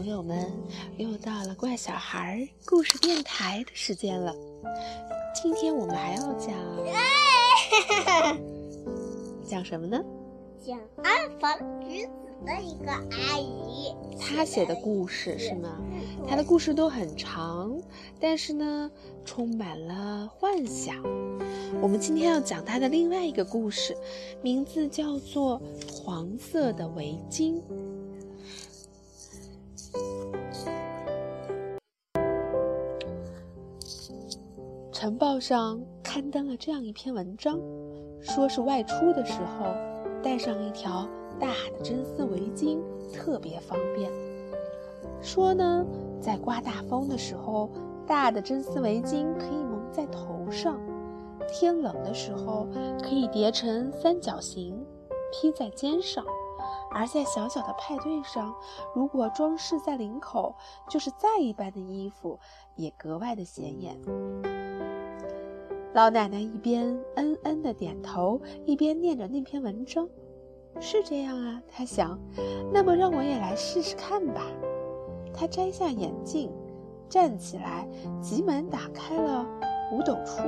朋友们，又到了怪小孩故事电台的时间了。今天我们还要讲什么呢？ 讲安房直子的一个阿姨， 她写的故事是吗？她的故事都很长，但是呢，充满了幻想。我们今天要讲她的另外一个故事，名字叫做《黄色的围巾》。晨报上刊登了这样一篇文章，说是外出的时候带上一条大的真丝围巾特别方便。说呢，在刮大风的时候，大的真丝围巾可以蒙在头上，天冷的时候可以叠成三角形披在肩上，而在小小的派对上，如果装饰在领口，就是再一般的衣服也格外的显眼。老奶奶一边地点头，一边念着那篇文章。是这样啊，她想，那么让我也来试试看吧。她摘下眼镜，站起来，急忙打开了五斗橱。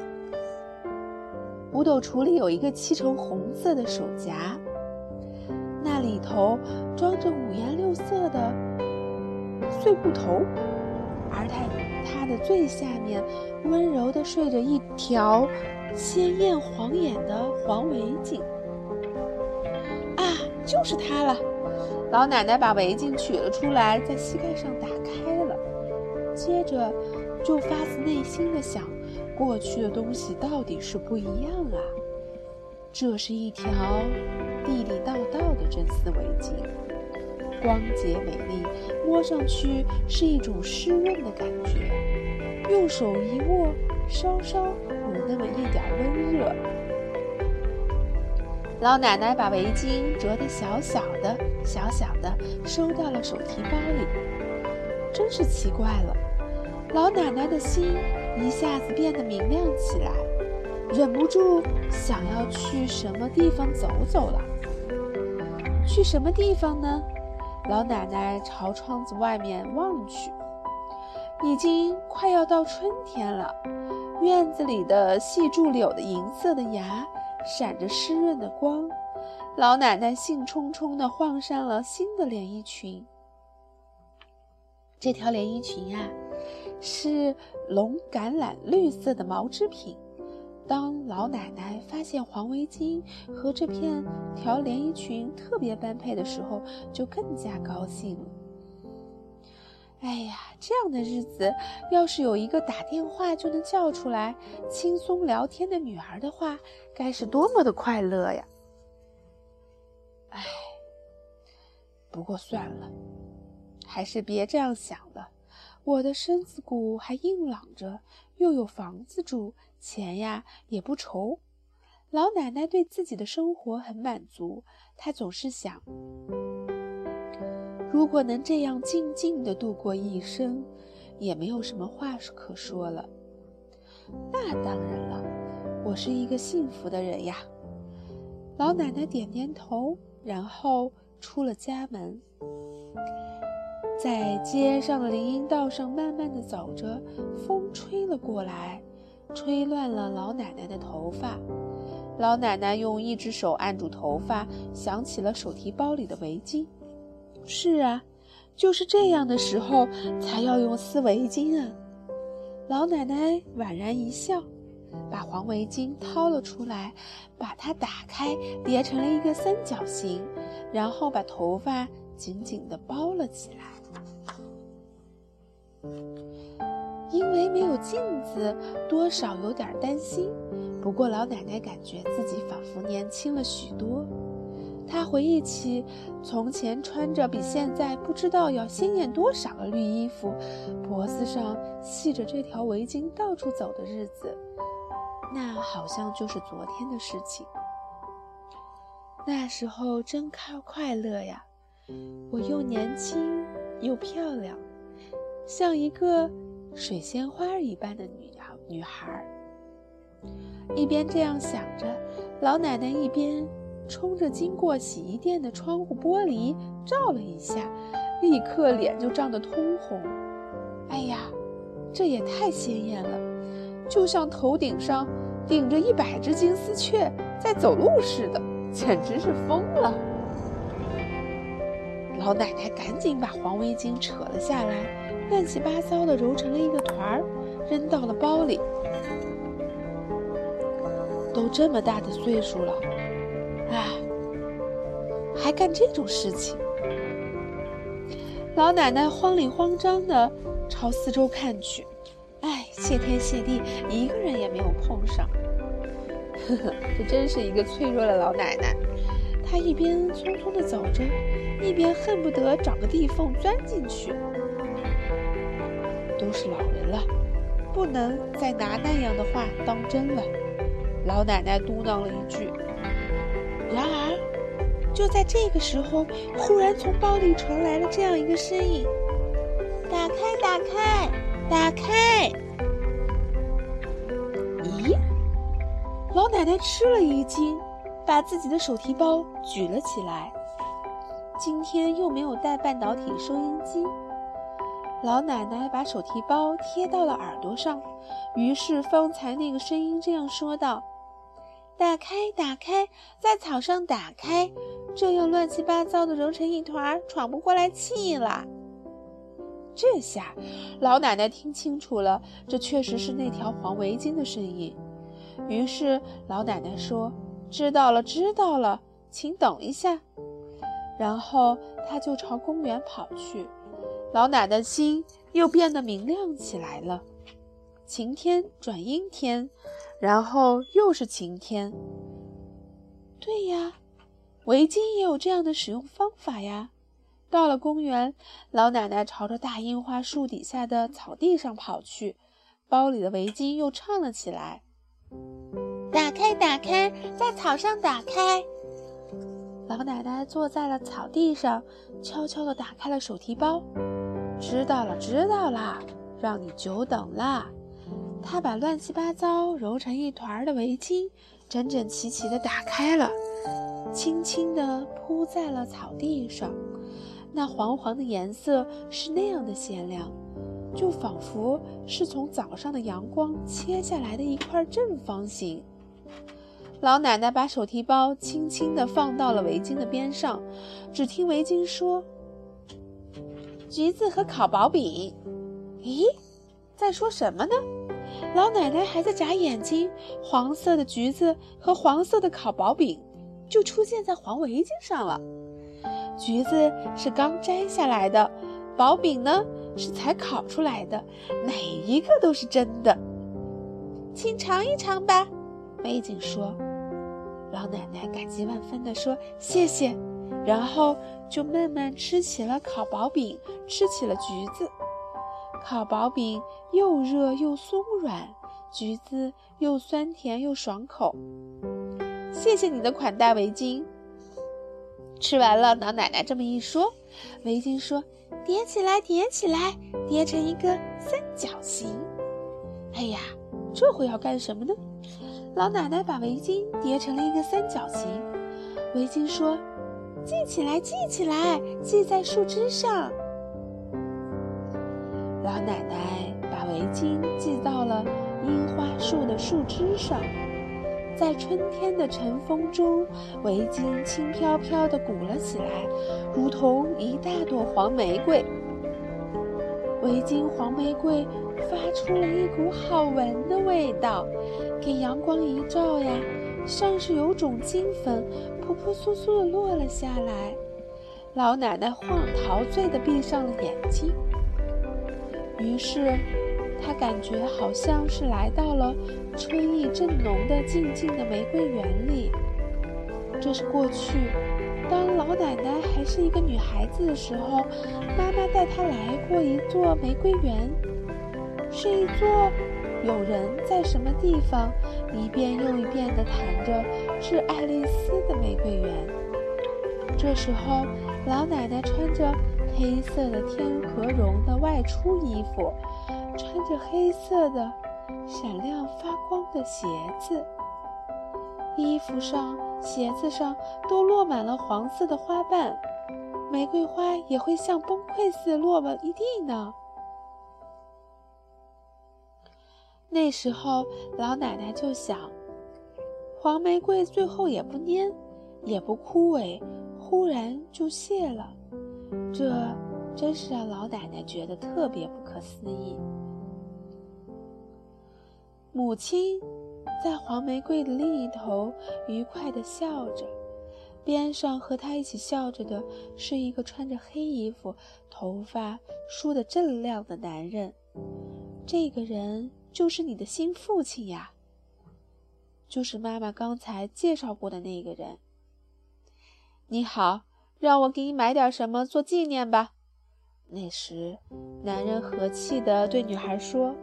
五斗橱里有一个漆成红色的手夹，那里头装着五颜六色的碎布头，而它的最下面温柔地睡着一条鲜艳晃眼的黄围巾。啊，就是它了！老奶奶把围巾取了出来，在膝盖上打开了，接着就发自内心地想，过去的东西到底是不一样啊。这是一条地地道道的真丝围巾，光洁美丽，摸上去是一种湿润的感觉，用手一握，稍稍有那么一点温热。老奶奶把围巾折得小小的收到了手提包里。真是奇怪了，老奶奶的心一下子变得明亮起来，忍不住想要去什么地方走走了。去什么地方呢？老奶奶朝窗子外面望去，已经快要到春天了。院子里的细柱柳的银色的芽闪着湿润的光，老奶奶兴冲冲地换上了新的连衣裙。这条连衣裙啊，是龙橄榄绿色的毛织品。当老奶奶发现黄围巾和这条连衣裙特别般配的时候，就更加高兴了。哎呀，这样的日子，要是有一个打电话就能叫出来轻松聊天的女儿的话，该是多么的快乐呀！哎，不过算了，还是别这样想了。我的身子骨还硬朗着，又有房子住，钱呀也不愁。老奶奶对自己的生活很满足，她总是想，如果能这样静静地度过一生，也没有什么话可说了。那当然了，我是一个幸福的人呀。老奶奶点点头，然后出了家门。在街上的林荫道上慢慢地走着，风吹了过来，吹乱了老奶奶的头发。老奶奶用一只手按住头发，想起了手提包里的围巾。是啊，就是这样的时候才要用丝围巾啊。老奶奶宛然一笑，把黄围巾掏了出来，把它打开，叠成了一个三角形，然后把头发紧紧地包了起来。因为没有镜子，多少有点担心，不过老奶奶感觉自己仿佛年轻了许多。她回忆起从前穿着比现在不知道要鲜艳多少的绿衣服，脖子上系着这条围巾到处走的日子，那好像就是昨天的事情。那时候真快乐呀，我又年轻又漂亮，像一个水仙花一般的女孩。一边这样想着，老奶奶一边冲着经过洗衣店的窗户玻璃照了一下， 立刻脸就涨得通红。哎呀，这也太鲜艳了，就像头顶上顶着100只金丝雀在走路似的，简直是疯了。老奶奶赶紧把黄围巾扯了下来，乱七八糟的揉成了一个团儿，扔到了包里。都这么大的岁数了，还干这种事情。老奶奶慌里慌张地朝四周看去，谢天谢地，一个人也没有碰上。这真是一个脆弱的老奶奶。她一边匆匆地走着，一边恨不得找个地缝钻进去。都是老人了，不能再拿那样的话当真了。老奶奶嘟囔了一句。然而就在这个时候，忽然从包里传来了这样一个声音：打开打开打开。咦，老奶奶吃了一惊，把自己的手提包举了起来。今天又没有带半导体收音机。老奶奶把手提包贴到了耳朵上，于是方才那个声音这样说道：打开打开，在草上打开，这样乱七八糟的揉成一团，喘不过来气了。这下老奶奶听清楚了，这确实是那条黄围巾的声音。于是老奶奶说：知道了知道了，请等一下。然后她就朝公园跑去。老奶奶心又变得明亮起来了。晴天转阴天，然后又是晴天。对呀，围巾也有这样的使用方法呀。到了公园，老奶奶朝着大樱花树底下的草地上跑去，包里的围巾又唱了起来：打开打开，在草上打开。老奶奶坐在了草地上，悄悄地打开了手提包。知道了知道了，让你久等了。她把乱七八糟揉成一团的围巾整整齐齐地打开了，轻轻地铺在了草地上。那黄黄的颜色是那样的鲜亮，就仿佛是从早上的阳光切下来的一块正方形。老奶奶把手提包轻轻地放到了围巾的边上，只听围巾说：橘子和烤薄饼。咦，在说什么呢？老奶奶还在眨眼睛，黄色的橘子和黄色的烤薄饼就出现在黄围巾上了。橘子是刚摘下来的，薄饼呢是才烤出来的，哪一个都是真的。请尝一尝吧，围巾说。老奶奶感激万分地说：谢谢。然后就慢慢吃起了烤薄饼，吃起了橘子。烤薄饼又热又松软，橘子又酸甜又爽口。谢谢你的款待，围巾。吃完了，老奶奶这么一说，围巾说：叠起来叠起来，叠成一个三角形。哎呀，这会要干什么呢？老奶奶把围巾叠成了一个三角形。围巾说：系起来系起来，系在树枝上。老奶奶把围巾系到了樱花树的树枝上。在春天的晨风中，围巾轻飘飘地鼓了起来，如同一大朵黄玫瑰。围巾黄玫瑰发出了一股好闻的味道，给阳光一照呀，像是有种金粉扑扑簌簌地落了下来。老奶奶陶醉地闭上了眼睛。于是她感觉好像是来到了春意正浓的静静的玫瑰园里。这是过去，当老奶奶还是一个女孩子的时候，妈妈带她来过一座玫瑰园，是一座有人在什么地方一遍又一遍地弹着致爱丽丝的玫瑰园。这时候老奶奶穿着黑色的天鹅绒的外出衣服，穿着黑色的闪亮发光的鞋子，衣服上鞋子上都落满了黄色的花瓣。 玫瑰花也会像崩溃似的落了一地呢。那时候老奶奶就想，黄玫瑰最后也不蔫，也不枯萎，忽然就谢了，这真是让老奶奶觉得特别不可思议。母亲在黄玫瑰的另一头愉快地笑着，边上和她一起笑着的是一个穿着黑衣服、头发梳得锃亮的男人。这个人就是你的新父亲呀，就是妈妈刚才介绍过的那个人。你好，让我给你买点什么做纪念吧。那时，男人和气地对女孩说：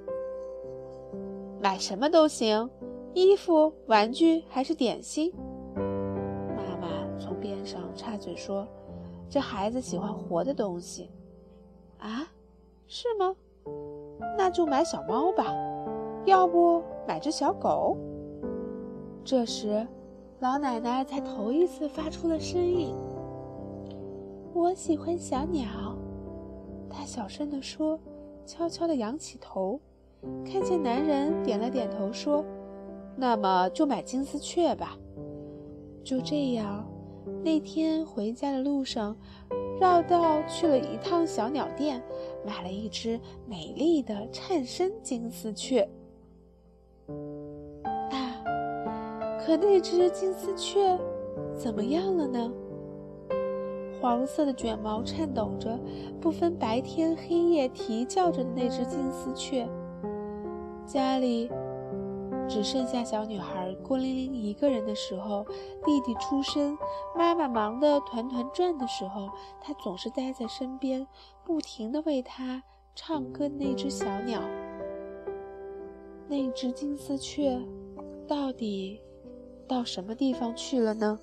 买什么都行，衣服、玩具还是点心。妈妈从边上插嘴说：这孩子喜欢活的东西。啊，是吗？那就买小猫吧，要不买只小狗。这时老奶奶才头一次发出了声音：我喜欢小鸟。她小声地说，悄悄地仰起头，看见男人点了点头说：那么就买金丝雀吧。就这样，那天回家的路上绕道去了一趟小鸟店，买了一只美丽的颤声金丝雀。啊，可那只金丝雀怎么样了呢？黄色的卷毛颤抖着，不分白天黑夜啼叫着的那只金丝雀。家里只剩下小女孩孤零零一个人的时候，弟弟出生，妈妈忙得团团转的时候，她总是待在身边，不停地为她唱歌的那只小鸟。那只金丝雀到底到什么地方去了呢？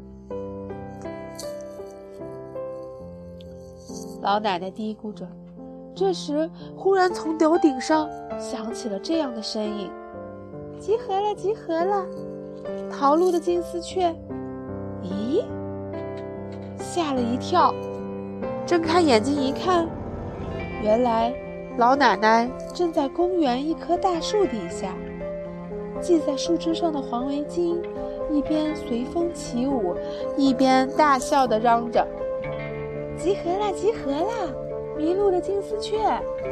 老奶奶嘀咕着，这时忽然从楼顶上响起了这样的声音：集合了，集合了！逃路的金丝雀。咦，吓了一跳，睁开眼睛一看，原来老奶奶正在公园一棵大树底下，系在树枝上的黄围巾一边随风起舞，一边大笑地嚷着：集合啦，集合啦！迷路的金丝雀。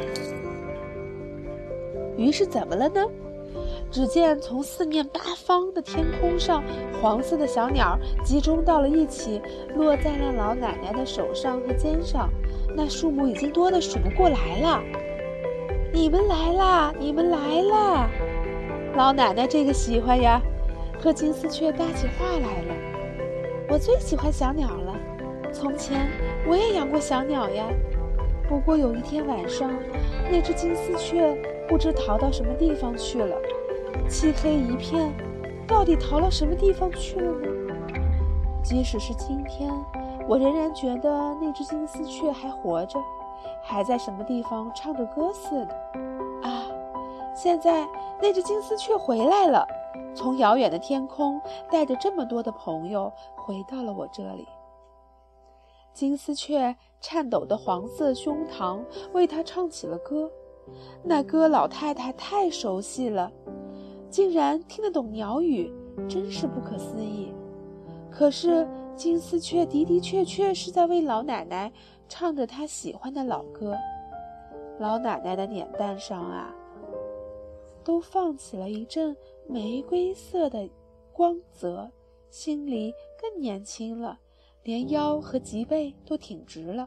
于是怎么了呢？只见从四面八方的天空上，黄色的小鸟集中到了一起，落在了老奶奶的手上和肩上，那数目已经多得数不过来了。你们来啦，你们来啦！老奶奶这个喜欢呀，和金丝雀搭起话来了。我最喜欢小鸟了，从前我也养过小鸟呀。不过有一天晚上，那只金丝雀不知逃到什么地方去了，漆黑一片，到底逃到什么地方去了呢？即使是今天，我仍然觉得那只金丝雀还活着，还在什么地方唱着歌似的。啊，现在那只金丝雀回来了，从遥远的天空带着这么多的朋友回到了我这里。金丝雀颤抖的黄色胸膛为它唱起了歌，那歌老太太太熟悉了，竟然听得懂鸟语，真是不可思议。可是金丝雀的的确确是在为老奶奶唱着她喜欢的老歌。老奶奶的脸蛋上啊，都放起了一阵玫瑰色的光泽，心里更年轻了，连腰和脊背都挺直了。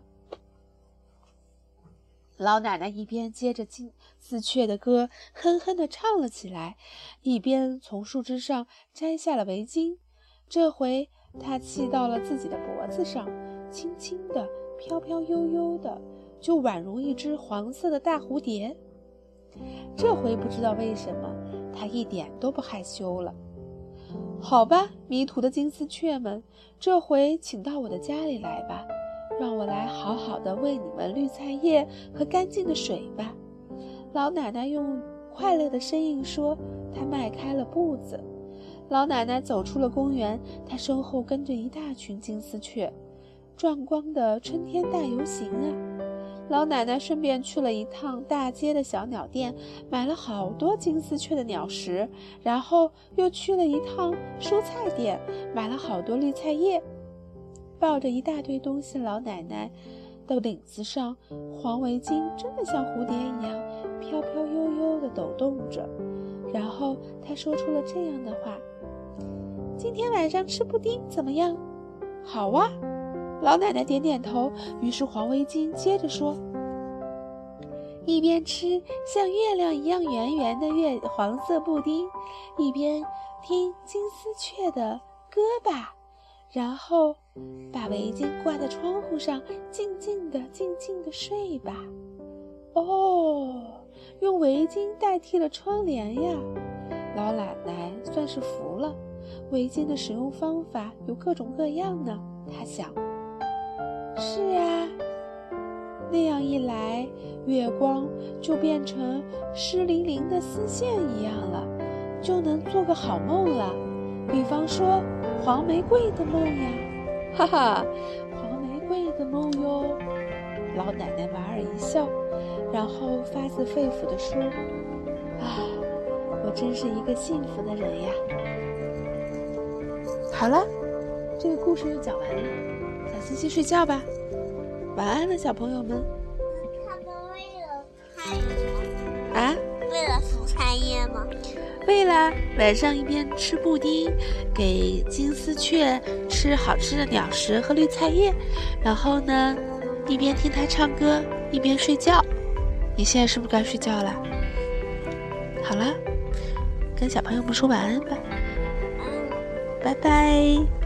老奶奶一边接着金丝雀的歌哼哼地唱了起来，一边从树枝上摘下了围巾。这回她系到了自己的脖子上，轻轻地飘飘悠悠的，就宛如一只黄色的大蝴蝶。这回不知道为什么，她一点都不害羞了。好吧，迷途的金丝雀们，这回请到我的家里来吧，让我来好好的喂你们绿菜叶和干净的水吧。老奶奶用快乐的声音说，她迈开了步子。老奶奶走出了公园，她身后跟着一大群金丝雀。 壮观的春天大游行啊！老奶奶顺便去了一趟大街的小鸟店，买了好多金丝雀的鸟食，然后又去了一趟蔬菜店，买了好多绿菜叶。抱着一大堆东西，老奶奶的领子上黄围巾真的像蝴蝶一样飘飘悠悠地抖动着。然后她说出了这样的话：今天晚上吃布丁怎么样？好啊！老奶奶点点头，于是黄围巾接着说，一边吃像月亮一样圆圆的黄色布丁，一边听金丝雀的歌吧，然后把围巾挂在窗户上，静静地睡吧。哦，用围巾代替了窗帘呀！老奶奶算是服了，围巾的使用方法有各种各样呢，她想。是啊，那样一来，月光就变成湿淋淋的丝线一样了，就能做个好梦了。比方说黄玫瑰的梦呀，哈哈，黄玫瑰的梦哟。老奶奶莞尔一笑，然后发自肺腑地说：啊，我真是一个幸福的人呀。好了，这个故事就讲完了。小星星睡觉吧，晚安了，小朋友们。 他们为了菜吗？ 啊？ 为了蔬菜叶吗？ 为了晚上一边吃布丁，给金丝雀吃好吃的鸟食和绿菜叶，然后呢，一边听它唱歌，一边睡觉。你现在是不是该睡觉了？好了，跟小朋友们说晚安吧。拜拜。